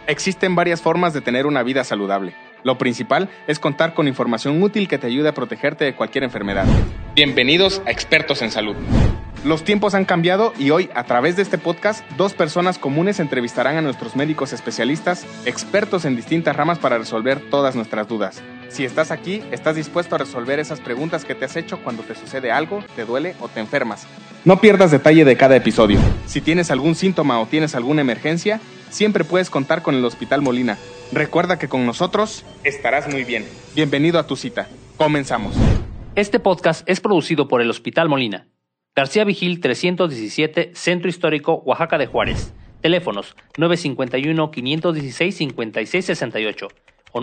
Existen varias formas de tener una vida saludable. Lo principal es contar con información útil que te ayude a protegerte de cualquier enfermedad. Bienvenidos a Expertos en Salud. Los tiempos han cambiado y hoy, a través de este podcast, 2 personas comunes entrevistarán a nuestros médicos especialistas, expertos en distintas ramas para resolver todas nuestras dudas. Si estás aquí, estás dispuesto a resolver esas preguntas que te has hecho cuando te sucede algo, te duele o te enfermas. No pierdas detalle de cada episodio. Si tienes algún síntoma o tienes alguna emergencia, siempre puedes contar con el Hospital Molina. Recuerda que con nosotros estarás muy bien. Bienvenido a tu cita. Comenzamos. Este podcast es producido por el Hospital Molina. García Vigil 317, Centro Histórico, Oaxaca de Juárez. Teléfonos 951-516-5668 o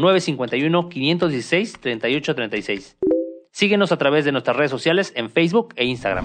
951-516-3836. Síguenos a través de nuestras redes sociales en Facebook e Instagram.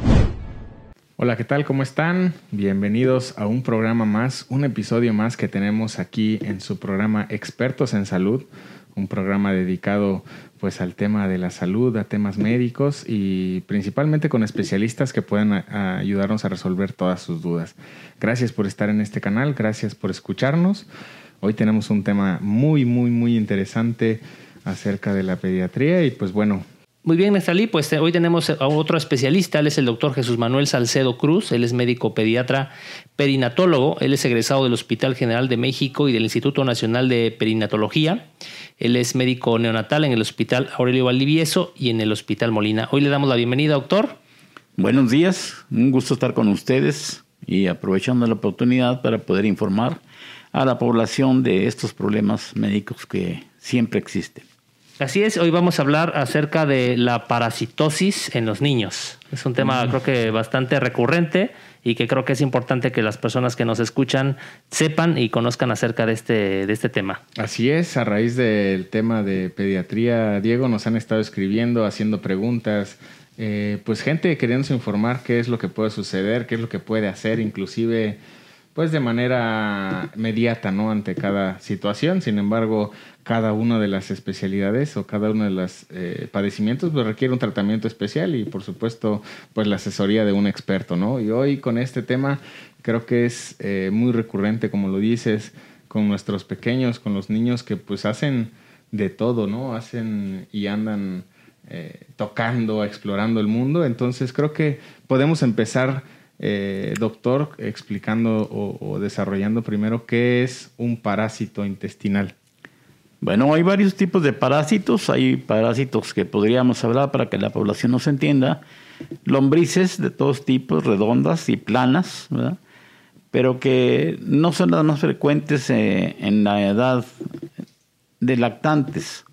Hola, ¿qué tal? ¿Cómo están? Bienvenidos a un programa más, un episodio más que tenemos aquí en su programa Expertos en Salud, un programa dedicado pues al tema de la salud, a temas médicos y principalmente con especialistas que pueden ayudarnos a resolver todas sus dudas. Gracias por estar en este canal, gracias por escucharnos. Hoy tenemos un tema muy interesante acerca de la pediatría y pues bueno. Muy bien, Nestalí, pues hoy tenemos a otro especialista, él es el doctor Jesús Manuel Salcedo Cruz, él es médico pediatra perinatólogo, él es egresado del Hospital General de México y del Instituto Nacional de Perinatología, él es médico neonatal en el Hospital Aurelio Valdivieso y en el Hospital Molina. Hoy le damos la bienvenida, doctor. Buenos días, un gusto estar con ustedes y aprovechando la oportunidad para poder informar a la población de estos problemas médicos que siempre existen. Así es, hoy vamos a hablar acerca de la parasitosis en los niños. Es un tema creo que bastante recurrente y que creo que es importante que las personas que nos escuchan sepan y conozcan acerca de este tema. Así es, a raíz del tema de pediatría, Diego, nos han estado escribiendo, haciendo preguntas, pues gente queriéndose informar qué es lo que puede suceder, qué es lo que puede hacer, inclusive pues de manera inmediata, ¿no? Ante cada situación. Sin embargo, cada una de las especialidades o cada uno de los padecimientos pues requiere un tratamiento especial y por supuesto pues la asesoría de un experto, ¿no? Y hoy con este tema creo que es muy recurrente, como lo dices, con nuestros pequeños, con los niños que pues hacen de todo, ¿no? Hacen y andan tocando, explorando el mundo. Entonces creo que podemos empezar, doctor, explicando o desarrollando primero qué es un parásito intestinal. Bueno, hay varios tipos de parásitos. Hay parásitos que podríamos hablar para que la población nos entienda. Lombrices de todos tipos, redondas y planas, ¿verdad? Pero que no son las más frecuentes en la edad de lactantes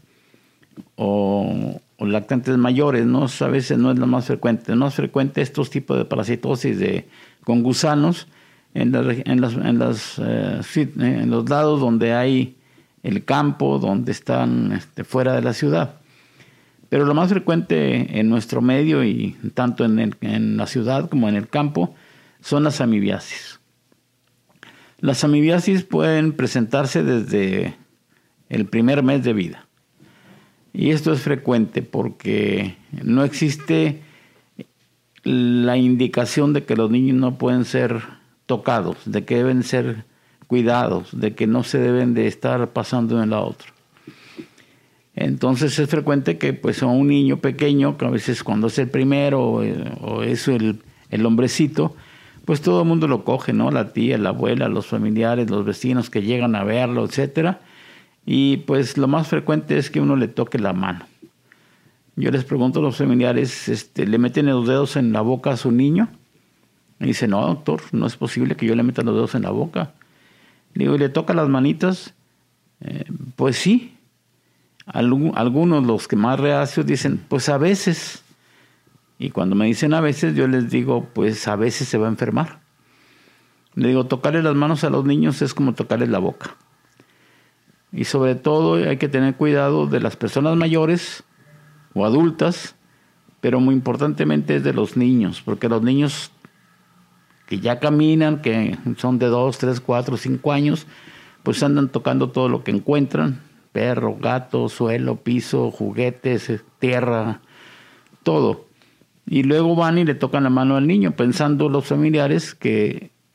o lactantes mayores, ¿no? A veces no es lo más frecuente. Lo más frecuente es estos tipos de parasitosis con gusanos en los lados donde hay el campo, donde están fuera de la ciudad. Pero lo más frecuente en nuestro medio y tanto en la ciudad como en el campo son las amibiasis. Las amibiasis pueden presentarse desde el primer mes de vida. Y esto es frecuente porque no existe la indicación de que los niños no pueden ser tocados, de que deben ser cuidados, de que no se deben de estar pasando de un lado a otro. Entonces es frecuente que pues a un niño pequeño, que a veces cuando es el primero o es el hombrecito, pues todo el mundo lo coge, ¿no? La tía, la abuela, los familiares, los vecinos que llegan a verlo, etcétera. Y pues lo más frecuente es que uno le toque la mano. Yo les pregunto a los familiares, ¿le meten los dedos en la boca a su niño? Y dice, no, doctor, no es posible que yo le meta los dedos en la boca. Le digo, ¿y le toca las manitas? Pues sí. Algunos, los que más reacios, dicen, pues a veces. Y cuando me dicen a veces, yo les digo, pues a veces se va a enfermar. Le digo, tocarle las manos a los niños es como tocarles la boca. Y sobre todo hay que tener cuidado de las personas mayores o adultas, pero muy importantemente es de los niños, porque los niños que ya caminan, que son de 2, 3, 4, 5 años, pues andan tocando todo lo que encuentran, perro, gato, suelo, piso, juguetes, tierra, todo. Y luego van y le tocan la mano al niño, pensando los familiares que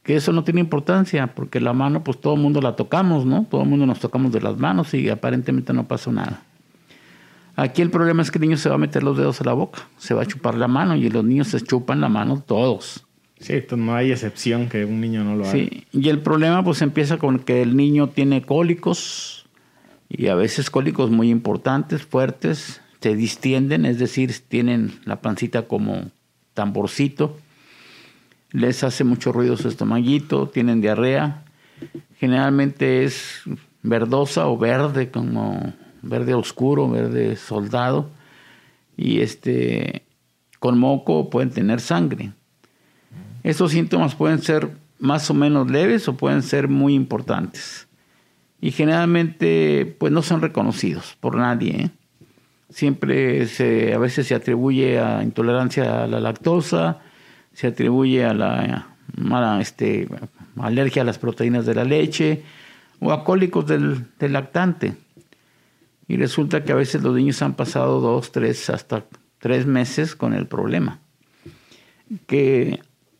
que eso no tiene importancia, porque la mano, pues todo el mundo la tocamos, ¿no? Todo el mundo nos tocamos de las manos y aparentemente no pasó nada. Aquí el problema es que el niño se va a meter los dedos a la boca, se va a chupar la mano y los niños se chupan la mano todos. Sí, no hay excepción que un niño no lo haga. Sí, y el problema pues empieza con que el niño tiene cólicos y a veces cólicos muy importantes, fuertes, se distienden, es decir, tienen la pancita como tamborcito, les hace mucho ruido su estomaguito, tienen diarrea, generalmente es verdosa o verde, como verde oscuro, verde soldado, y con moco pueden tener sangre. Estos síntomas pueden ser más o menos leves o pueden ser muy importantes. Y generalmente pues no son reconocidos por nadie, ¿eh? Siempre a veces se atribuye a intolerancia a la lactosa, se atribuye a la alergia a las proteínas de la leche o a cólicos del lactante. Y resulta que a veces los niños han pasado 2, 3, hasta 3 meses con el problema. Que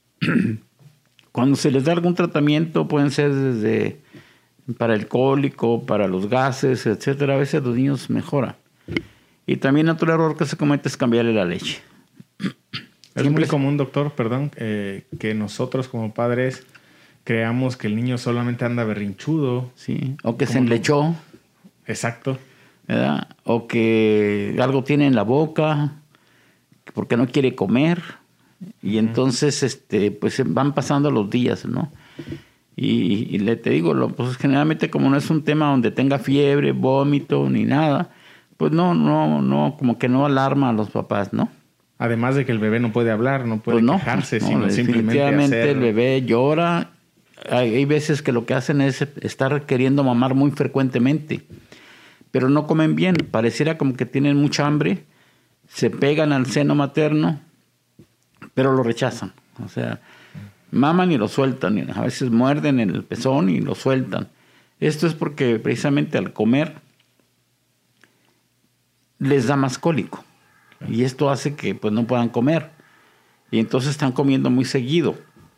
cuando se les da algún tratamiento, pueden ser desde para el cólico, para los gases, etcétera, a veces los niños mejoran. Y también otro error que se comete es cambiarle la leche. Es muy común, doctor, que nosotros como padres creamos que el niño solamente anda berrinchudo. Sí, o que se enlechó. Exacto. ¿Verdad? O que algo tiene en la boca, porque no quiere comer. Y entonces pues van pasando los días, ¿no? Y te digo, pues generalmente como no es un tema donde tenga fiebre, vómito ni nada, pues no, como que no alarma a los papás, ¿no? Además de que el bebé no puede hablar, no puede quejarse, sino simplemente definitivamente el bebé llora. Hay veces que lo que hacen es estar queriendo mamar muy frecuentemente, pero no comen bien, pareciera como que tienen mucha hambre, se pegan al seno materno, pero lo rechazan. O sea, maman y lo sueltan. A veces muerden en el pezón y lo sueltan. Esto es porque precisamente al comer les da más cólico. Y esto hace que pues no puedan comer. Y entonces están comiendo muy seguido.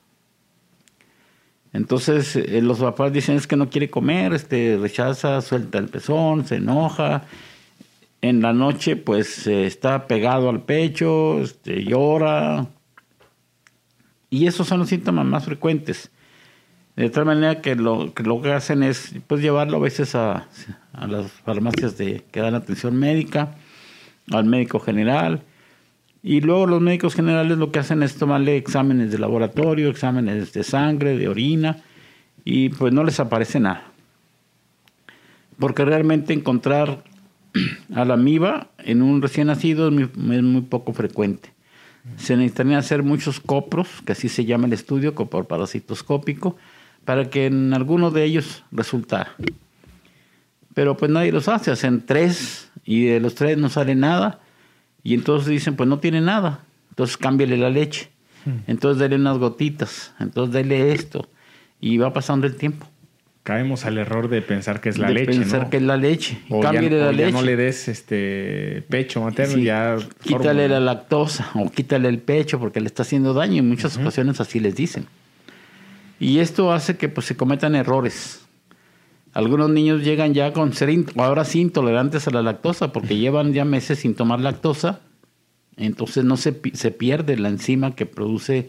Entonces los papás dicen es que no quiere comer, rechaza, suelta el pezón, se enoja. En la noche pues está pegado al pecho, llora. Y esos son los síntomas más frecuentes. De tal manera que lo que hacen es pues llevarlo a veces a las farmacias que dan atención médica, al médico general. Y luego los médicos generales lo que hacen es tomarle exámenes de laboratorio, exámenes de sangre, de orina, y pues no les aparece nada. Porque realmente encontrar a la amiba en un recién nacido es muy poco frecuente. Se necesitarían hacer muchos copros, que así se llama el estudio, copro parasitoscópico, para que en alguno de ellos resultara. Pero pues nadie los hace, hacen 3 y de los 3 no sale nada. Y entonces dicen, pues no tiene nada. Entonces cámbiale la leche. Entonces dale unas gotitas. Entonces dale esto. Y va pasando el tiempo. Caemos al error de pensar que es la leche, pensar que es la leche. Cámbiale la leche. Ya no le des pecho materno, sí, ya... Quítale la lactosa o quítale el pecho porque le está haciendo daño. En muchas ocasiones así les dicen. Y esto hace que pues se cometan errores. Algunos niños llegan ya con ser ahora sí intolerantes a la lactosa porque llevan ya meses sin tomar lactosa. Entonces no se pierde la enzima que produce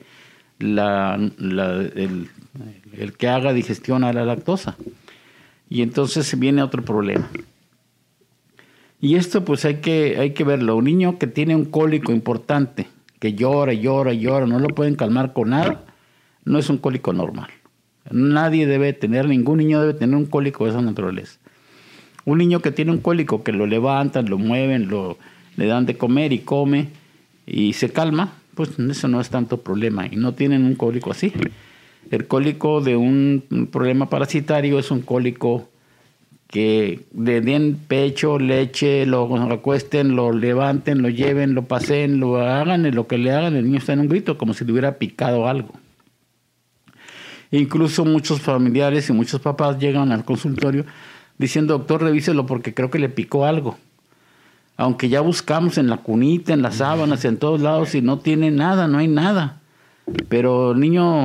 el que haga digestión a la lactosa. Y entonces viene otro problema. Y esto pues hay que verlo. Un niño que tiene un cólico importante, que llora, no lo pueden calmar con nada, no es un cólico normal. Ningún niño debe tener un cólico de esa naturaleza. Un niño que tiene un cólico, que lo levantan, lo mueven, le dan de comer y come y se calma, pues eso no es tanto problema y no tienen un cólico así. El cólico de un problema parasitario es un cólico que le den pecho, leche, lo acuesten, lo levanten, lo lleven, lo paseen, lo hagan, y lo que le hagan, el niño está en un grito como si le hubiera picado algo. Incluso muchos familiares y muchos papás llegan al consultorio diciendo, doctor, revíselo porque creo que le picó algo. Aunque ya buscamos en la cunita, en las sábanas, en todos lados y no tiene nada, no hay nada. Pero el niño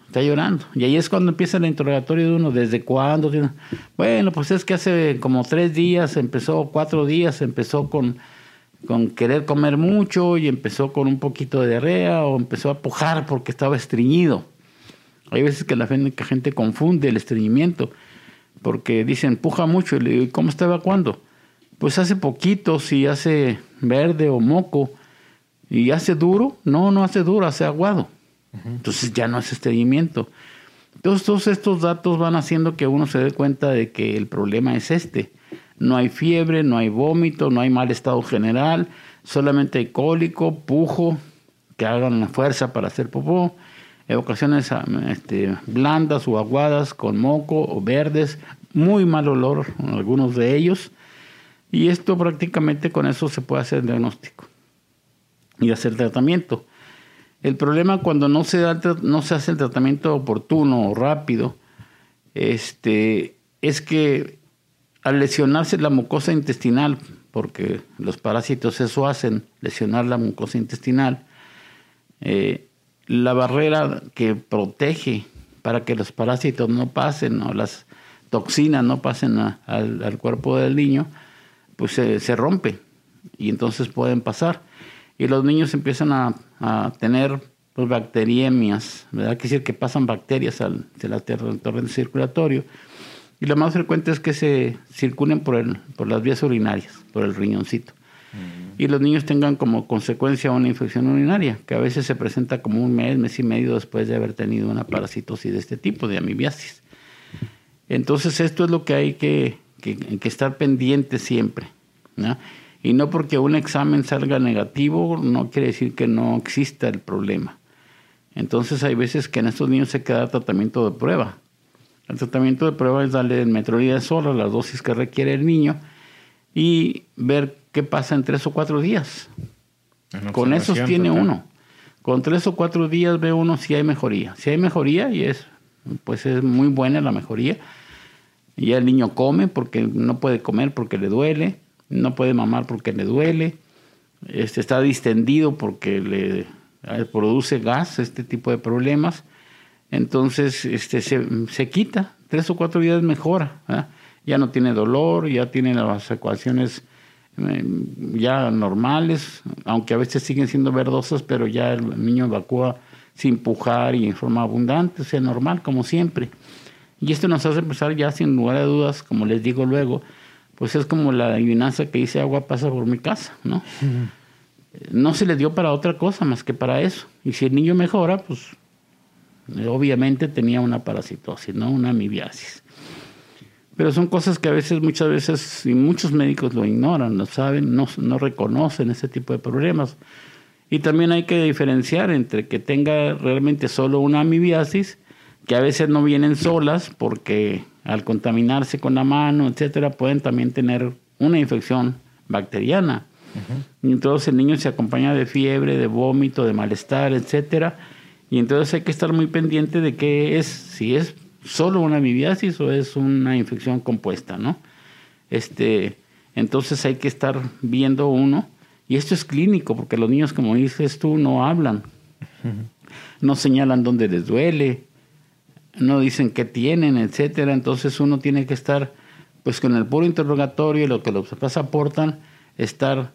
está llorando. Y ahí es cuando empieza el interrogatorio de uno, ¿desde cuándo? Bueno, pues es que hace como 3 días, 4 días, empezó con querer comer mucho y empezó con un poquito de diarrea o empezó a pujar porque estaba estreñido. Hay veces que la gente confunde el estreñimiento porque dicen, puja mucho. Y le digo, ¿cómo está evacuando? Pues hace poquito, si hace verde o moco. ¿Y hace duro? No hace duro, hace aguado. Entonces ya no es estreñimiento. Entonces todos estos datos van haciendo que uno se dé cuenta de que el problema es este. No hay fiebre, no hay vómito, no hay mal estado general, solamente hay cólico, pujo, que hagan la fuerza para hacer popó, evacuaciones blandas o aguadas con moco o verdes, muy mal olor algunos de ellos. Y esto prácticamente con eso se puede hacer el diagnóstico y hacer tratamiento. El problema cuando no se hace el tratamiento oportuno o rápido, es que al lesionarse la mucosa intestinal, porque los parásitos eso hacen, lesionar la mucosa intestinal, la barrera que protege para que los parásitos no pasen o las toxinas no pasen al cuerpo del niño, pues se rompe y entonces pueden pasar. Y los niños empiezan a tener pues, bacteriemias, ¿verdad? Quiere decir que pasan bacterias al torrente circulatorio. Y lo más frecuente es que se circulen por las vías urinarias, por el riñoncito. Y los niños tengan como consecuencia una infección urinaria, que a veces se presenta como un mes y medio después de haber tenido una parasitosis de este tipo, de amibiasis. Entonces esto es lo que hay que estar pendiente siempre, ¿no? Y no porque un examen salga negativo, no quiere decir que no exista el problema. Entonces hay veces que en estos niños se queda tratamiento de prueba. El tratamiento de prueba es darle el metronidazol, la dosis que requiere el niño, y ver qué pasa en 3 o 4 días. Con esos tiene uno. Con 3 o 4 días ve uno si hay mejoría. Si hay mejoría, y es muy buena la mejoría. Ya el niño come porque no puede comer porque le duele, no puede mamar porque le duele, está distendido porque le produce gas, este tipo de problemas. Entonces se quita, 3 o 4 días mejora, ¿verdad? Ya no tiene dolor, ya tiene las ecuaciones ya normales, aunque a veces siguen siendo verdosas, pero ya el niño evacúa sin pujar y en forma abundante, o sea, normal, como siempre. Y esto nos hace empezar ya sin lugar a dudas, como les digo luego, pues es como la adivinanza que dice agua pasa por mi casa, ¿no? No se le dio para otra cosa más que para eso. Y si el niño mejora, pues obviamente tenía una parasitosis, ¿no? Una amibiasis. Pero son cosas que muchas veces, y muchos médicos lo ignoran, lo saben, no reconocen ese tipo de problemas. Y también hay que diferenciar entre que tenga realmente solo una amibiasis, que a veces no vienen solas porque al contaminarse con la mano, etcétera, pueden también tener una infección bacteriana. Y entonces el niño se acompaña de fiebre, de vómito, de malestar, etcétera. Y entonces hay que estar muy pendiente de qué es, si es solo una amibiasis o es una infección compuesta, ¿no? Entonces hay que estar viendo uno. Y esto es clínico, porque los niños, como dices tú, no hablan. No señalan dónde les duele, no dicen qué tienen, etcétera. Entonces uno tiene que estar, pues con el puro interrogatorio y lo que los papás aportan, estar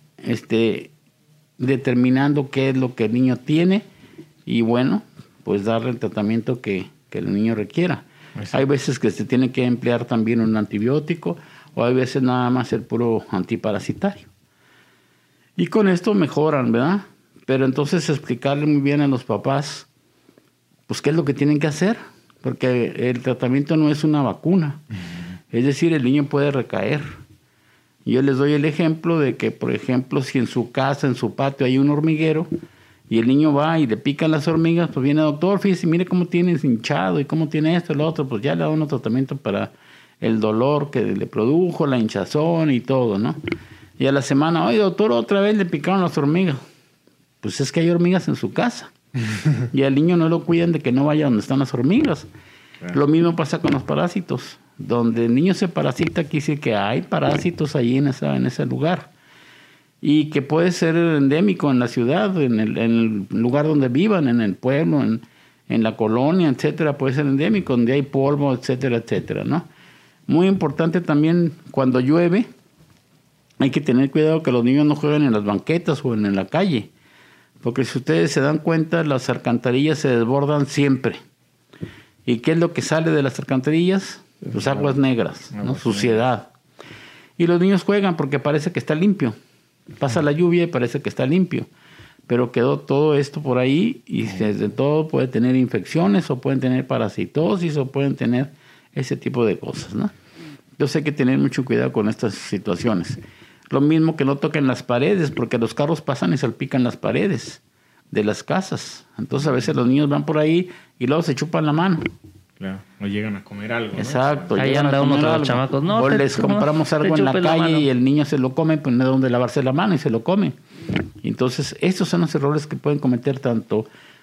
determinando qué es lo que el niño tiene y bueno, pues darle el tratamiento que el niño requiera. Sí. Hay veces que se tiene que emplear también un antibiótico o hay veces nada más el puro antiparasitario. Y con esto mejoran, ¿verdad? Pero entonces explicarle muy bien a los papás, pues qué es lo que tienen que hacer, porque el tratamiento no es una vacuna. Es decir, el niño puede recaer. Yo les doy el ejemplo de que, por ejemplo, si en su casa, en su patio hay un hormiguero y el niño va y le pican las hormigas, pues viene el doctor, fíjese, mire cómo tiene hinchado y cómo tiene esto y lo otro, pues ya le da un tratamiento para el dolor que le produjo, la hinchazón y todo, ¿no? Y a la semana, oye doctor, otra vez le picaron las hormigas. Pues es que hay hormigas en su casa. Y al niño no lo cuidan de que no vaya donde están las hormigas. Lo mismo pasa con los parásitos. Donde el niño se parasita, quiere decir que hay parásitos allí en ese lugar. Y que puede ser endémico en la ciudad, en el lugar donde vivan, en el pueblo, en la colonia, etcétera, puede ser endémico, donde hay polvo, etcétera, etcétera, ¿no? Muy importante también cuando llueve, hay que tener cuidado que los niños no jueguen en las banquetas o en la calle, porque si ustedes se dan cuenta, las alcantarillas se desbordan siempre. ¿Y qué es lo que sale de las alcantarillas? Pues aguas negras, ¿no? Suciedad. Y los niños juegan porque parece que está limpio. Pasa la lluvia y parece que está limpio. Pero quedó todo esto por ahí y desde todo puede tener infecciones o pueden tener parasitosis o pueden tener ese tipo de cosas, ¿no? Entonces hay que tener mucho cuidado con estas situaciones. Lo mismo que no toquen las paredes, porque los carros pasan y salpican las paredes de las casas. Entonces a veces los niños van por ahí y luego se chupan la mano. Claro, o llegan a comer algo, ¿no? Exacto. Ahí anda uno de los chamacos. No, o les compramos algo en la calle y el niño se lo come, pues no hay donde lavarse la mano y se lo come. Entonces, estos son los errores que pueden cometer tanto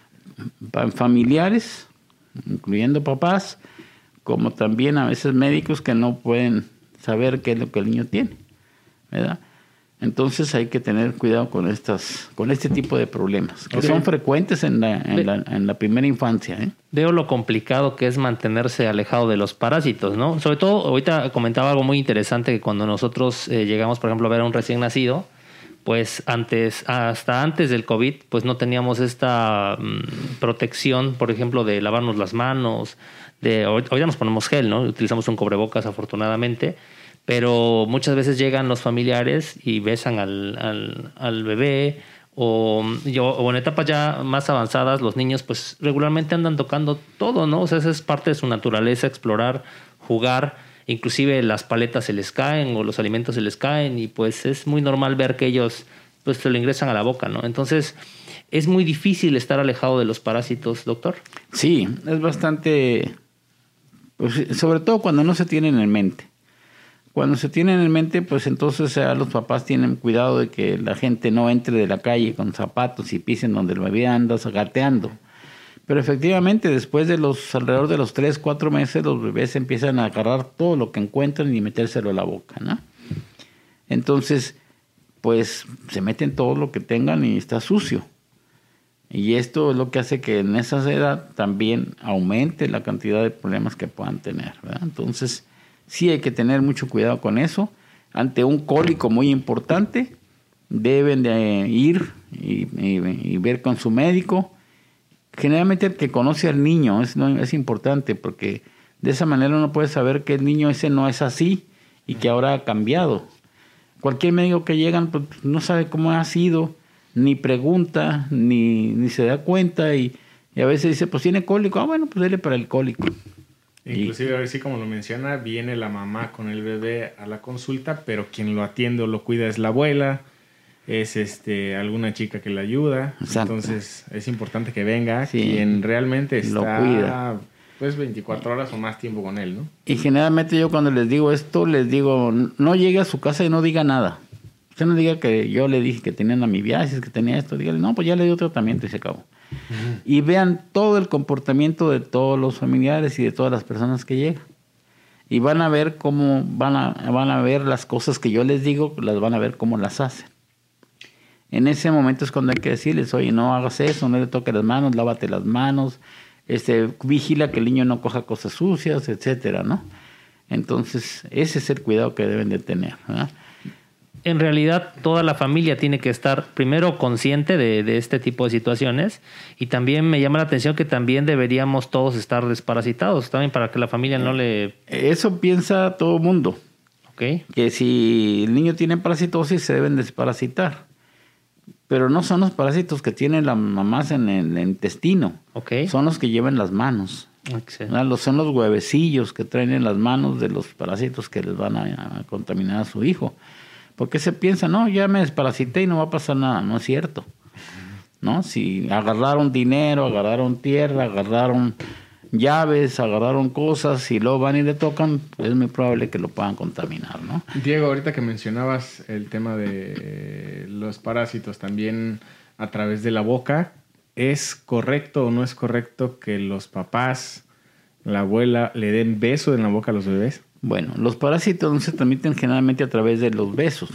familiares, incluyendo papás, como también a veces médicos que no pueden saber qué es lo que el niño tiene, ¿verdad? Entonces hay que tener cuidado con este tipo de problemas, que son frecuentes en la primera infancia, ¿eh? Veo lo complicado que es mantenerse alejado de los parásitos, ¿no? Sobre todo, ahorita comentaba algo muy interesante, que cuando nosotros llegamos, por ejemplo, a ver a un recién nacido, pues hasta antes del COVID, pues no teníamos esta protección, por ejemplo, de lavarnos las manos, ahorita nos ponemos gel, ¿no? Utilizamos un cubrebocas, afortunadamente, pero muchas veces llegan los familiares y besan al bebé, o en etapas ya más avanzadas, los niños pues regularmente andan tocando todo, ¿no? O sea, esa es parte de su naturaleza, explorar, jugar, inclusive las paletas se les caen o los alimentos se les caen y pues es muy normal ver que ellos pues se lo ingresan a la boca, ¿no? Entonces es muy difícil estar alejado de los parásitos, doctor. Sí, es bastante, pues, sobre todo cuando no se tienen en mente. Cuando se tienen en mente, pues entonces los papás tienen cuidado de que la gente no entre de la calle con zapatos y pisen donde el bebé anda gateando. Pero efectivamente, después de alrededor de los 3, 4 meses, los bebés empiezan a agarrar todo lo que encuentran y metérselo a la boca, ¿no? Entonces, pues se meten todo lo que tengan y está sucio. Y esto es lo que hace que en esa edad también aumente la cantidad de problemas que puedan tener, ¿verdad? Entonces, sí hay que tener mucho cuidado con eso. Ante un cólico muy importante, deben de ir y ver con su médico. Generalmente el que conoce al niño es importante, porque de esa manera uno puede saber que el niño ese no es así y que ahora ha cambiado. Cualquier médico que llegan pues, no sabe cómo ha sido, ni pregunta, ni se da cuenta y a veces dice, pues tiene cólico, bueno, pues dele para el cólico. Inclusive, a ver si como lo menciona, viene la mamá con el bebé a la consulta, pero quien lo atiende o lo cuida es la abuela, es alguna chica que le ayuda. Exacto. Entonces es importante que venga quien realmente está, lo cuida, pues 24 horas o más tiempo con él, ¿no? Y generalmente yo cuando les digo esto, les digo, no llegue a su casa y no diga nada. Usted no diga que yo le dije que tenían amibiasis, que tenía esto. Dígale, no, pues ya le dio tratamiento y se acabó. Uh-huh. Y vean todo el comportamiento de todos los familiares y de todas las personas que llegan. Y van a ver cómo van a ver las cosas que yo les digo, las van a ver cómo las hacen. En ese momento es cuando hay que decirles, oye, no hagas eso, no le toques las manos, lávate las manos, vigila que el niño no coja cosas sucias, etcétera, ¿no? Entonces, ese es el cuidado que deben de tener, ¿verdad? En realidad, toda la familia tiene que estar primero consciente de este tipo de situaciones, y también me llama la atención que también deberíamos todos estar desparasitados, también para que la familia no le... Eso piensa todo el mundo. Okay. Que si el niño tiene parasitosis se deben desparasitar. Pero no son los parásitos que tienen las mamás en el intestino. Okay. Son los que llevan las manos. Son los huevecillos que traen en las manos de los parásitos que les van a contaminar a su hijo. Porque se piensa, no, ya me desparasité y no va a pasar nada. No es cierto, ¿no? Si agarraron dinero, agarraron tierra, agarraron llaves, agarraron cosas y luego van y le tocan, pues es muy probable que lo puedan contaminar, ¿no? Diego, ahorita que mencionabas el tema de los parásitos también a través de la boca, ¿es correcto o no es correcto que los papás, la abuela, le den beso en la boca a los bebés? Bueno, los parásitos no se transmiten generalmente a través de los besos.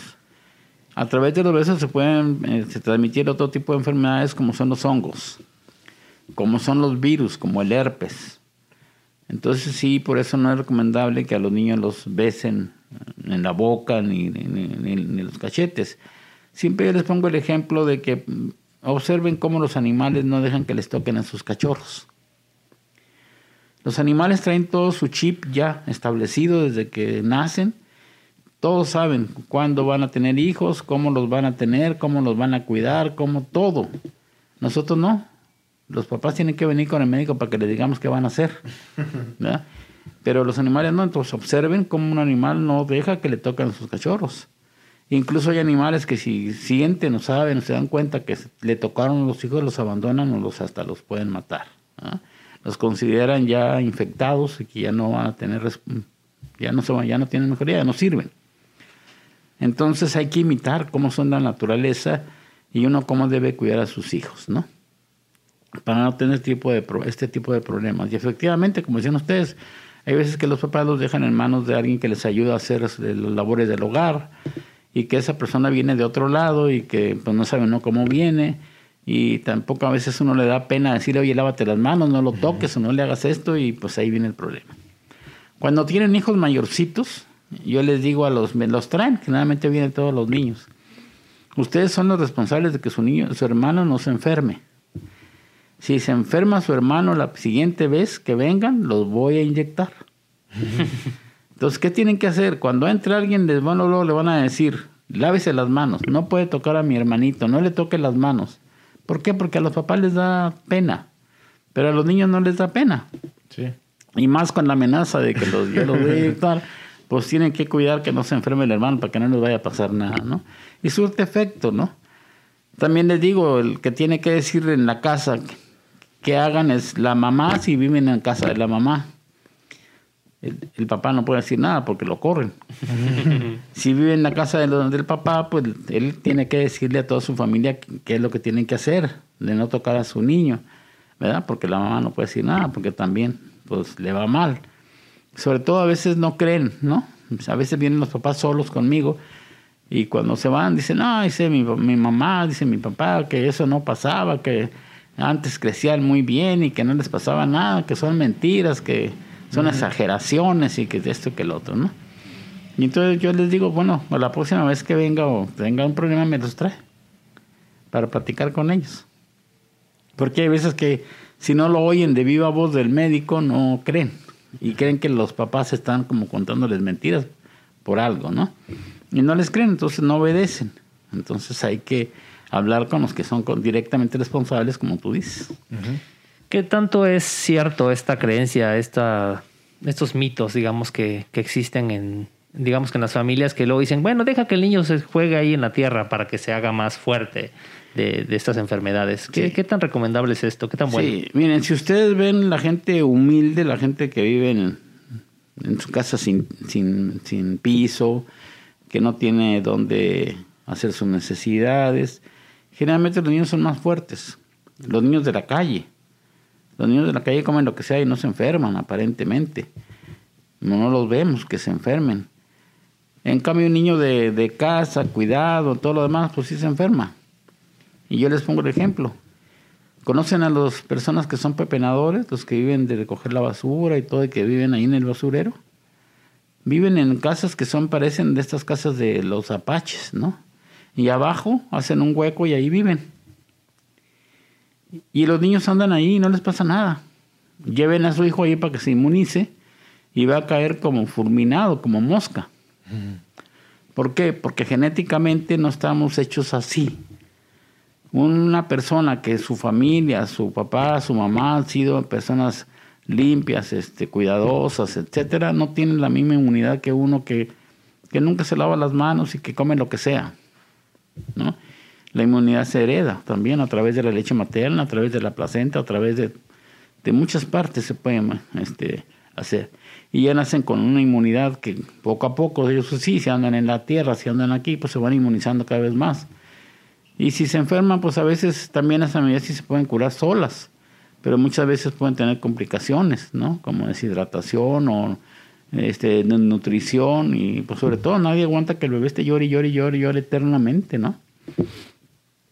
A través de los besos se pueden transmitir otro tipo de enfermedades como son los hongos. como son los virus, como el herpes. Entonces sí, por eso no es recomendable que a los niños los besen en la boca ni los cachetes. Siempre yo les pongo el ejemplo de que observen cómo los animales no dejan que les toquen a sus cachorros. Los animales traen todo su chip ya establecido desde que nacen. Todos saben cuándo van a tener hijos, cómo los van a tener, cómo los van a cuidar, cómo todo. Nosotros no. Los papás tienen que venir con el médico para que les digamos qué van a hacer, ¿verdad? Pero los animales no. Entonces observen cómo un animal no deja que le toquen a sus cachorros. Incluso hay animales que si sienten o saben o se dan cuenta que le tocaron a los hijos, los abandonan o hasta los pueden matar, ¿verdad? Los consideran ya infectados y que ya no van a tener, ya no tienen mejoría, ya no sirven. Entonces hay que imitar cómo son la naturaleza y uno cómo debe cuidar a sus hijos, ¿no? Para no tener este tipo de problemas. Y efectivamente, como decían ustedes, hay veces que los papás los dejan en manos de alguien que les ayuda a hacer las labores del hogar y que esa persona viene de otro lado y que pues no sabe uno cómo viene y tampoco a veces uno le da pena decirle, oye, lávate las manos, no lo toques o no le hagas esto y pues ahí viene el problema. Cuando tienen hijos mayorcitos, yo les digo me los traen, generalmente vienen todos los niños. Ustedes son los responsables de que su hermano no se enferme. Si se enferma su hermano la siguiente vez que vengan, los voy a inyectar. Entonces, ¿qué tienen que hacer? Cuando entre alguien, luego le van a decir, lávese las manos, no puede tocar a mi hermanito, no le toque las manos. ¿Por qué? Porque a los papás les da pena, pero a los niños no les da pena. Sí. Y más con la amenaza de que yo los voy a inyectar, pues tienen que cuidar que no se enferme el hermano para que no les vaya a pasar nada, ¿no? Y surte efecto, ¿no? También les digo, el que tiene que decir en la casa que hagan es la mamá si viven en casa de la mamá. El papá no puede decir nada porque lo corren. Si vive en la casa del papá, pues él tiene que decirle a toda su familia qué es lo que tienen que hacer, de no tocar a su niño, ¿verdad? Porque la mamá no puede decir nada, porque también pues le va mal. Sobre todo a veces no creen, ¿no? A veces vienen los papás solos conmigo y cuando se van dicen, no, dice mi mamá, dice mi papá, que eso no pasaba, que antes crecían muy bien y que no les pasaba nada, que son mentiras, que son exageraciones y que esto y que el otro, ¿no? Y entonces yo les digo, bueno, la próxima vez que venga o tenga un problema me los trae para platicar con ellos. Porque hay veces que si no lo oyen de viva voz del médico no creen y creen que los papás están como contándoles mentiras por algo, ¿no? Y no les creen, entonces no obedecen. Entonces hay que hablar con los que son directamente responsables, como tú dices. Uh-huh. ¿Qué tanto es cierto esta creencia, estos mitos, digamos, que existen en las familias que luego dicen, bueno, deja que el niño se juegue ahí en la tierra para que se haga más fuerte de estas enfermedades? ¿Qué tan recomendable es esto? ¿Qué tan bueno? Sí, miren, si ustedes ven la gente humilde, la gente que vive en su casa sin piso, que no tiene dónde hacer sus necesidades, generalmente los niños son más fuertes. Los niños de la calle. Los niños de la calle comen lo que sea y no se enferman, aparentemente. No los vemos que se enfermen. En cambio, un niño de casa, cuidado, todo lo demás, pues sí se enferma. Y yo les pongo el ejemplo. ¿Conocen a las personas que son pepenadores? Los que viven de recoger la basura y todo, y que viven ahí en el basurero. Viven en casas que parecen de estas casas de los apaches, ¿no? Y abajo hacen un hueco y ahí viven. Y los niños andan ahí y no les pasa nada. Lleven a su hijo ahí para que se inmunice y va a caer como fulminado, como mosca. ¿Por qué? Porque genéticamente no estamos hechos así. Una persona que su familia, su papá, su mamá han sido personas limpias, cuidadosas, etcétera, no tienen la misma inmunidad que uno que nunca se lava las manos y que come lo que sea, ¿no? La inmunidad se hereda también a través de la leche materna, a través de la placenta, a través de muchas partes se puede hacer. Y ya nacen con una inmunidad que poco a poco, ellos sí, si andan en la tierra, si andan aquí, pues se van inmunizando cada vez más. Y si se enferman, pues a veces también las enfermedades sí se pueden curar solas, pero muchas veces pueden tener complicaciones, ¿no? Como deshidratación o nutrición y pues sobre todo nadie aguanta que el bebé esté llore eternamente, ¿no?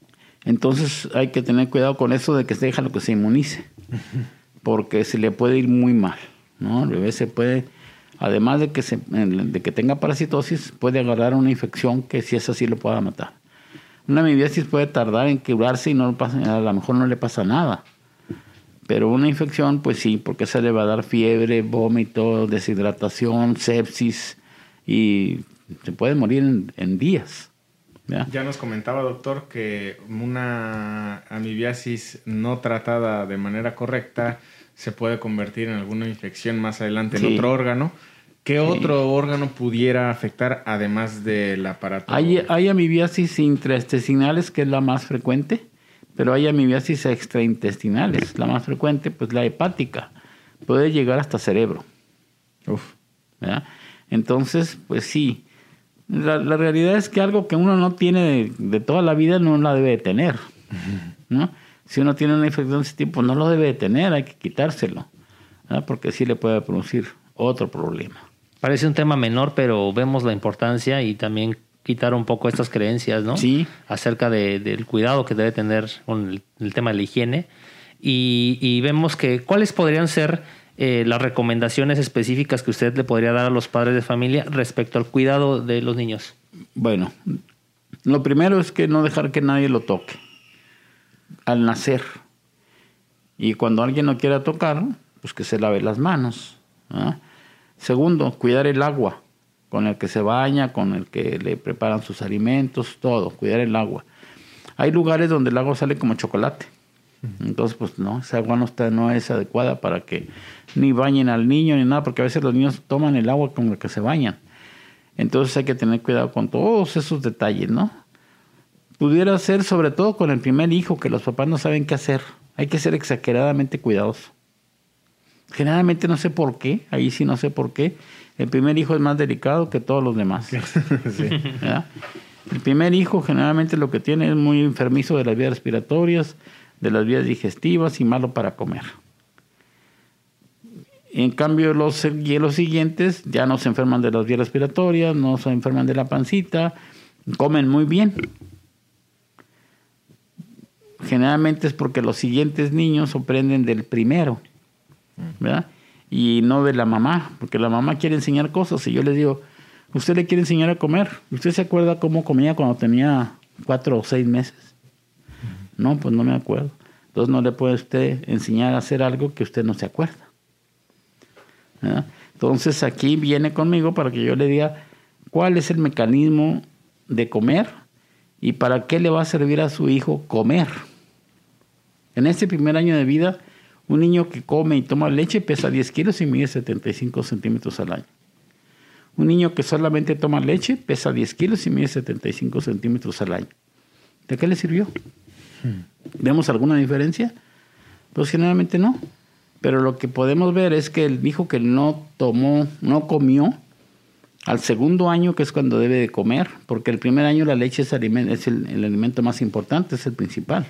Entonces hay que tener cuidado con eso de que se deja lo que se inmunice, porque se le puede ir muy mal, ¿no? El bebé se puede, además de que tenga parasitosis, puede agarrar una infección que si es así lo pueda matar. Una amibiasis puede tardar en curarse y a lo mejor no le pasa nada. Pero una infección, pues sí, porque se le va a dar fiebre, vómito, deshidratación, sepsis y se puede morir en días. Ya nos comentaba, doctor, que una amibiasis no tratada de manera correcta se puede convertir en alguna infección más adelante en otro órgano. ¿Qué otro órgano pudiera afectar además del aparato? Hay amibiasis intraintestinales, que es la más frecuente, pero hay amibiasis extraintestinales. La más frecuente, pues la hepática, puede llegar hasta cerebro. ¿Verdad? Entonces, pues sí, la realidad es que algo que uno no tiene de toda la vida no la debe de tener, ¿no? Si uno tiene una infección de ese tipo, no lo debe de tener, hay que quitárselo, ¿verdad? Porque sí le puede producir otro problema. Parece un tema menor, pero vemos la importancia y también quitar un poco estas creencias, ¿no? Sí. Acerca del cuidado que debe tener con el tema de la higiene. Y vemos que cuáles podrían ser las recomendaciones específicas que usted le podría dar a los padres de familia respecto al cuidado de los niños. Bueno, lo primero es que no dejar que nadie lo toque al nacer. Y cuando alguien no quiera tocar, pues que se lave las manos, ¿no? Segundo, cuidar el agua con el que se baña, con el que le preparan sus alimentos, todo, cuidar el agua. Hay lugares donde el agua sale como chocolate. Entonces, pues no, esa agua no es adecuada para que ni bañen al niño ni nada, porque a veces los niños toman el agua con el que se bañan. Entonces hay que tener cuidado con todos esos detalles, ¿no? Pudiera ser sobre todo con el primer hijo, que los papás no saben qué hacer. Hay que ser exageradamente cuidadosos. Generalmente no sé por qué, ahí sí no sé por qué. El primer hijo es más delicado que todos los demás. Sí. ¿Verdad? El primer hijo generalmente lo que tiene es muy enfermizo de las vías respiratorias, de las vías digestivas y malo para comer. En cambio, los siguientes ya no se enferman de las vías respiratorias, no se enferman de la pancita, comen muy bien. Generalmente es porque los siguientes niños aprenden del primero, ¿verdad? Y no de la mamá, porque la mamá quiere enseñar cosas y yo les digo, ¿usted le quiere enseñar a comer? ¿Usted se acuerda cómo comía cuando tenía 4 o 6 meses? No, pues no me acuerdo. Entonces no le puede usted enseñar a hacer algo que usted no se acuerda, ¿verdad? Entonces aquí viene conmigo para que yo le diga cuál es el mecanismo de comer y para qué le va a servir a su hijo comer. En este primer año de vida, un niño que come y toma leche pesa 10 kilos y mide 75 centímetros al año. Un niño que solamente toma leche pesa 10 kilos y mide 75 centímetros al año. ¿De qué le sirvió? ¿Vemos alguna diferencia? Pues generalmente no. Pero lo que podemos ver es que el hijo que no comió, al segundo año, que es cuando debe de comer, porque el primer año la leche es el alimento más importante, es el principal.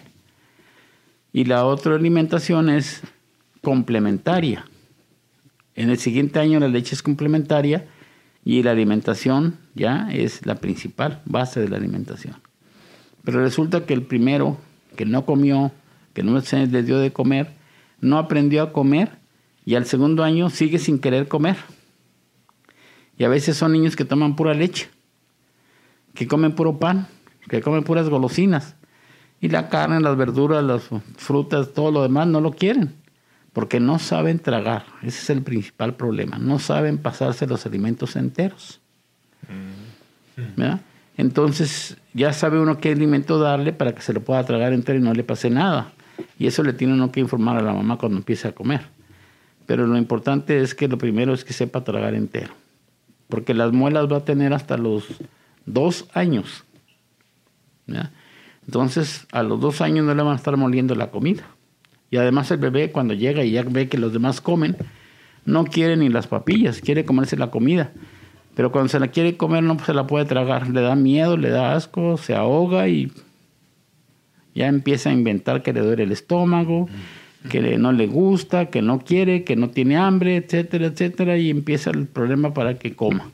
Y la otra alimentación es complementaria. En el siguiente año la leche es complementaria y la alimentación ya es la principal base de la alimentación. Pero resulta que el primero, que no comió, que no se le dio de comer, no aprendió a comer y al segundo año sigue sin querer comer. Y a veces son niños que toman pura leche, que comen puro pan, que comen puras golosinas. Y la carne, las verduras, las frutas, todo lo demás no lo quieren, porque no saben tragar. Ese es el principal problema. No saben pasarse los alimentos enteros, ¿verdad? Entonces ya sabe uno qué alimento darle para que se lo pueda tragar entero y no le pase nada. Y eso le tiene uno que informar a la mamá cuando empiece a comer. Pero lo importante es que lo primero es que sepa tragar entero, porque las muelas va a tener hasta los 2 años, ¿verdad? Entonces, a los 2 años no le van a estar moliendo la comida. Y además el bebé, cuando llega y ya ve que los demás comen, no quiere ni las papillas, quiere comerse la comida. Pero cuando se la quiere comer no se la puede tragar. Le da miedo, le da asco, se ahoga y ya empieza a inventar que le duele el estómago, que no le gusta, que no quiere, que no tiene hambre, etcétera, etcétera. Y empieza el problema para que coma.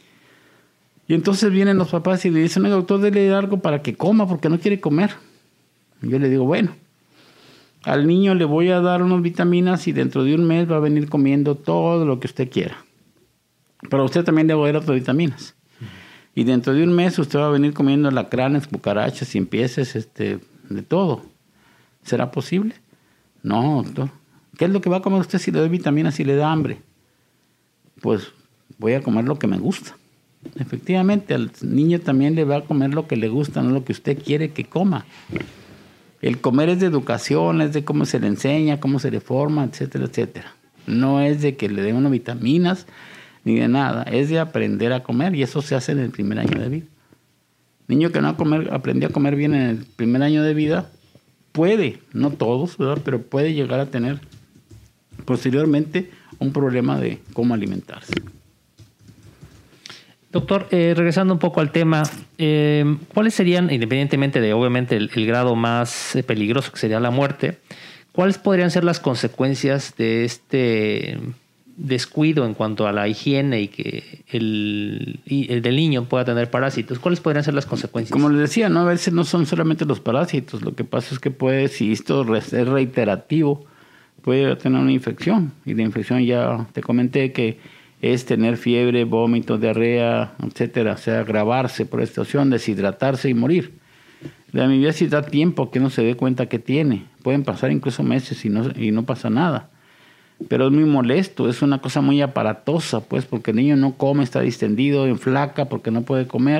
Y entonces vienen los papás y le dicen, doctor, dele algo para que coma porque no quiere comer. Yo le digo, bueno, al niño le voy a dar unas vitaminas y dentro de un mes va a venir comiendo todo lo que usted quiera. Pero a usted también le voy a dar otras vitaminas. Y dentro de un mes usted va a venir comiendo alacranes, cucarachas, ciempieces, de todo. ¿Será posible? No, doctor. ¿Qué es lo que va a comer usted si le doy vitaminas, si le da hambre? Pues voy a comer lo que me gusta. Efectivamente, al niño también le va a comer lo que le gusta, no lo que usted quiere que coma. El comer es de educación, es de cómo se le enseña, cómo se le forma, etcétera, etcétera. No es de que le den unas vitaminas ni de nada, es de aprender a comer y eso se hace en el primer año de vida. Niño que no aprendió a comer bien en el primer año de vida, puede, no todos, ¿verdad?, pero puede llegar a tener posteriormente un problema de cómo alimentarse. Doctor, regresando un poco al tema, ¿cuáles serían, independientemente de obviamente el grado más peligroso que sería la muerte, cuáles podrían ser las consecuencias de este descuido en cuanto a la higiene y que el del niño pueda tener parásitos? ¿Cuáles podrían ser las consecuencias? Como les decía, ¿no? A veces no son solamente los parásitos, lo que pasa es que puede, si esto es reiterativo, puede tener una infección, y la infección ya te comenté que es tener fiebre, vómito, diarrea, etcétera, o sea, agravarse por esta situación, deshidratarse y morir. La amibiasis da tiempo que no se dé cuenta que tiene. Pueden pasar incluso meses y no pasa nada. Pero es muy molesto, es una cosa muy aparatosa, pues, porque el niño no come, está distendido, enflaca porque no puede comer.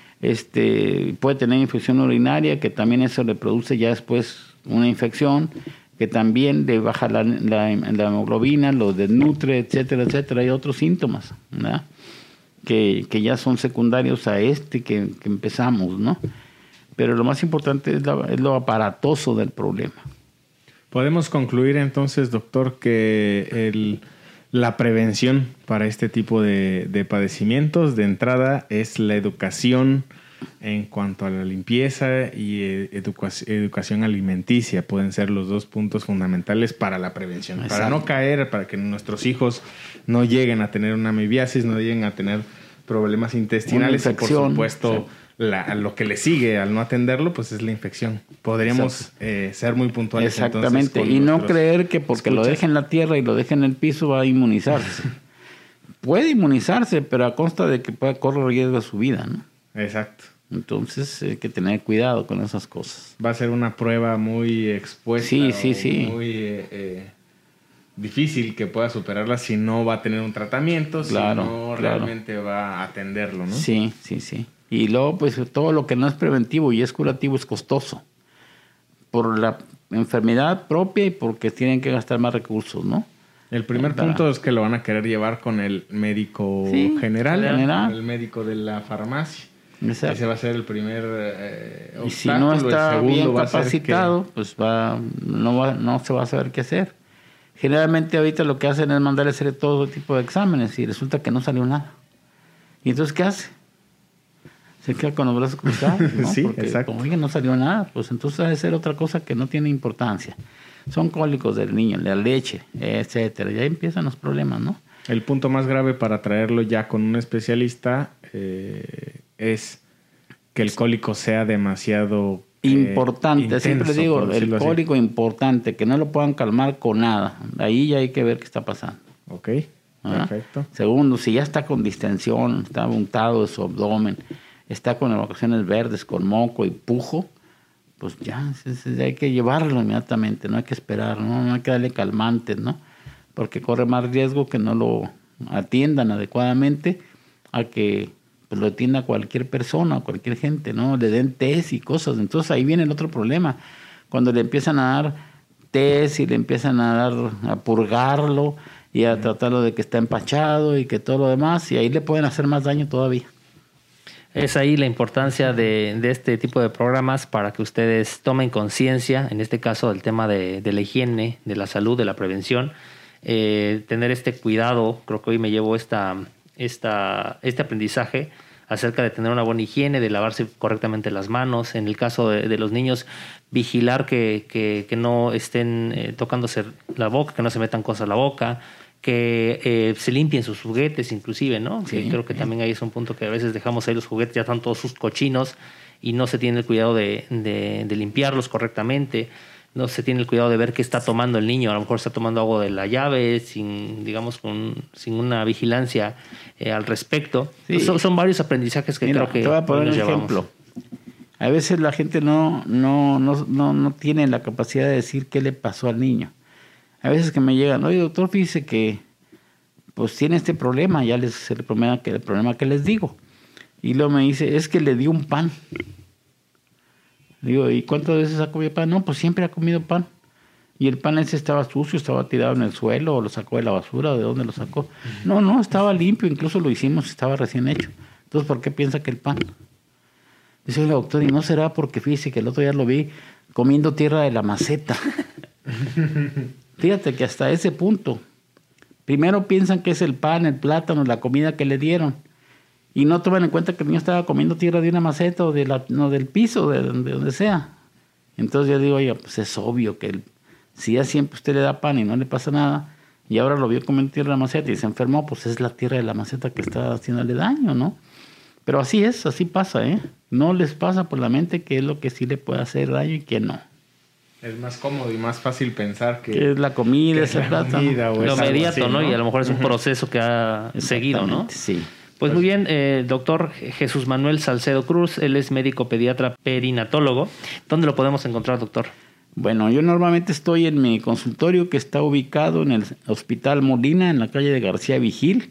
Puede tener infección urinaria, que también eso le produce ya después una infección, que también le baja la hemoglobina, lo desnutre, etcétera, etcétera. Hay otros síntomas, ¿verdad?, que ya son secundarios a que empezamos, ¿no? Pero lo más importante es lo aparatoso del problema. Podemos concluir entonces, doctor, que la prevención para este tipo de padecimientos de entrada es la educación en cuanto a la limpieza y educación alimenticia. Pueden ser los dos puntos fundamentales para la prevención. Exacto. Para no caer, para que nuestros hijos no lleguen a tener una amibiasis, no lleguen a tener problemas intestinales y, por supuesto, lo que le sigue al no atenderlo, pues es la infección. Podríamos ser muy puntuales. Exactamente, y no creer que porque lo deje en la tierra y lo deje en el piso va a inmunizarse. Puede inmunizarse, pero a consta de que pueda correr riesgo de su vida, ¿no? Exacto. Entonces hay que tener cuidado con esas cosas. Va a ser una prueba muy expuesta. Sí. Muy difícil que pueda superarla si no va a tener un tratamiento, claro, si no realmente va a atenderlo, ¿no? Sí. Y luego, pues, todo lo que no es preventivo y es curativo es costoso. Por la enfermedad propia y porque tienen que gastar más recursos, ¿no? El primer punto es que lo van a querer llevar con el médico general, el médico de la farmacia. Exacto. Ese va a ser el primer obstáculo. Y si no está bien capacitado, pues no se va a saber qué hacer. Generalmente ahorita lo que hacen es mandarle hacer todo tipo de exámenes y resulta que no salió nada. ¿Y entonces qué hace? Se queda con los brazos cruzados, ¿no? Sí, porque, exacto. como no salió nada, pues entonces debe ser otra cosa que no tiene importancia. Son cólicos del niño, la leche, etcétera. Y ahí empiezan los problemas, ¿no? El punto más grave para traerlo ya con un especialista es que el cólico sea demasiado importante. intenso, Siempre digo, el cólico importante, que no lo puedan calmar con nada. Ahí ya hay que ver qué está pasando. Ok, perfecto. Segundo, si ya está con distensión, está untado de su abdomen, está con evacuaciones verdes, con moco y pujo, pues ya hay que llevarlo inmediatamente, no hay que esperar, no hay que darle calmantes, ¿no? Porque corre más riesgo que no lo atiendan adecuadamente a que pues, lo atienda cualquier persona o cualquier gente, ¿no? Le den test y cosas. Entonces ahí viene el otro problema. Cuando le empiezan a dar test y le empiezan a purgarlo y a tratarlo de que está empachado y que todo lo demás, y ahí le pueden hacer más daño todavía. Es ahí la importancia de este tipo de programas para que ustedes tomen conciencia, en este caso, del tema de la higiene, de la salud, de la prevención. Tener este cuidado, creo que hoy me llevo este aprendizaje acerca de tener una buena higiene, de lavarse correctamente las manos. En el caso de los niños, vigilar que no estén tocándose la boca, que no se metan cosas a la boca, que se limpien sus juguetes inclusive, ¿no? Sí, que creo que también ahí es un punto que a veces dejamos ahí los juguetes, ya están todos sus cochinos y no se tiene el cuidado de limpiarlos correctamente, no se tiene el cuidado de ver qué está tomando el niño. A lo mejor está tomando agua de la llave sin una vigilancia al respecto. Sí. Son varios aprendizajes que creo que te voy a poner nos un llevamos. ejemplo. A veces la gente no tiene la capacidad de decir qué le pasó al niño. A veces que me llegan, oye doctor, fíjese que pues tiene este problema, ya les el problema que les digo. Y luego me dice, es que le dio un pan. Digo, ¿y cuántas veces ha comido pan? No, pues siempre ha comido pan. Y el pan ese estaba sucio, estaba tirado en el suelo, o lo sacó de la basura, ¿de dónde lo sacó? No, estaba limpio, incluso lo hicimos, estaba recién hecho. Entonces, ¿por qué piensa que el pan? Dice el doctor, ¿y no será porque fíjese que el otro día lo vi comiendo tierra de la maceta? Fíjate que hasta ese punto. Primero piensan que es el pan, el plátano, la comida que le dieron. Y no toman en cuenta que el niño estaba comiendo tierra de una maceta o del piso, de donde sea. Entonces yo digo, oiga, pues es obvio que si ya siempre usted le da pan y no le pasa nada, y ahora lo vio comer tierra de la maceta y se enfermó, pues es la tierra de la maceta que está haciéndole daño, ¿no? Pero así es, así pasa, ¿eh? No les pasa por la mente qué es lo que sí le puede hacer daño y qué no. Es más cómodo y más fácil pensar que es la comida, ese plátano. Lo inmediato, así, ¿no? Y a lo mejor es un proceso que ha seguido, ¿no? Sí. Pues muy bien, doctor Jesús Manuel Salcedo Cruz, él es médico pediatra perinatólogo. ¿Dónde lo podemos encontrar, doctor? Bueno, yo normalmente estoy en mi consultorio que está ubicado en el Hospital Molina, en la calle de García Vigil,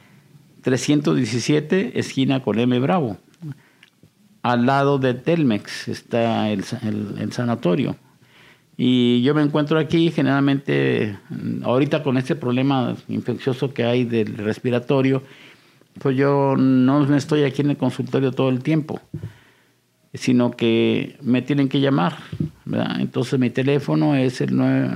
317, esquina con M. Bravo. Al lado de Telmex está el sanatorio. Y yo me encuentro aquí generalmente, ahorita con este problema infeccioso que hay del respiratorio, pues yo no estoy aquí en el consultorio todo el tiempo, sino que me tienen que llamar, ¿verdad? Entonces mi teléfono es el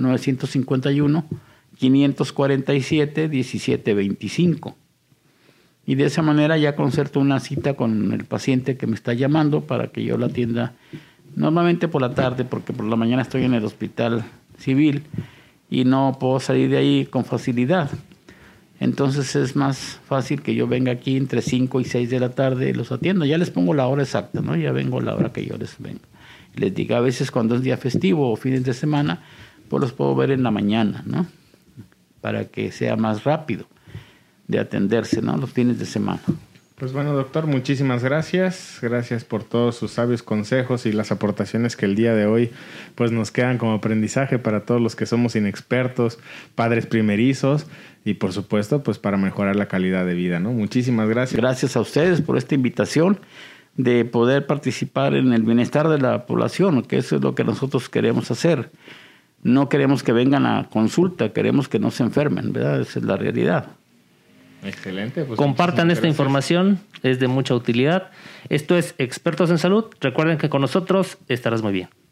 951-547-1725. Y de esa manera ya concerto una cita con el paciente que me está llamando para que yo la atienda normalmente por la tarde, porque por la mañana estoy en el hospital civil y no puedo salir de ahí con facilidad. Entonces es más fácil que yo venga aquí entre 5 y 6 de la tarde y los atienda. Ya les pongo la hora exacta, ¿no? Ya vengo a la hora que yo les vengo. Les digo, a veces cuando es día festivo o fines de semana, pues los puedo ver en la mañana, ¿no? Para que sea más rápido de atenderse, ¿no? Los fines de semana. Pues bueno, doctor, muchísimas gracias. Gracias por todos sus sabios consejos y las aportaciones que el día de hoy pues nos quedan como aprendizaje para todos los que somos inexpertos, padres primerizos y por supuesto pues para mejorar la calidad de vida, ¿no? Muchísimas gracias. Gracias a ustedes por esta invitación de poder participar en el bienestar de la población, que eso es lo que nosotros queremos hacer. No queremos que vengan a consulta, queremos que no se enfermen, ¿verdad? Esa es la realidad. Excelente. Pues compartan esta información, es de mucha utilidad. Esto es Expertos en Salud. Recuerden que con nosotros estarás muy bien.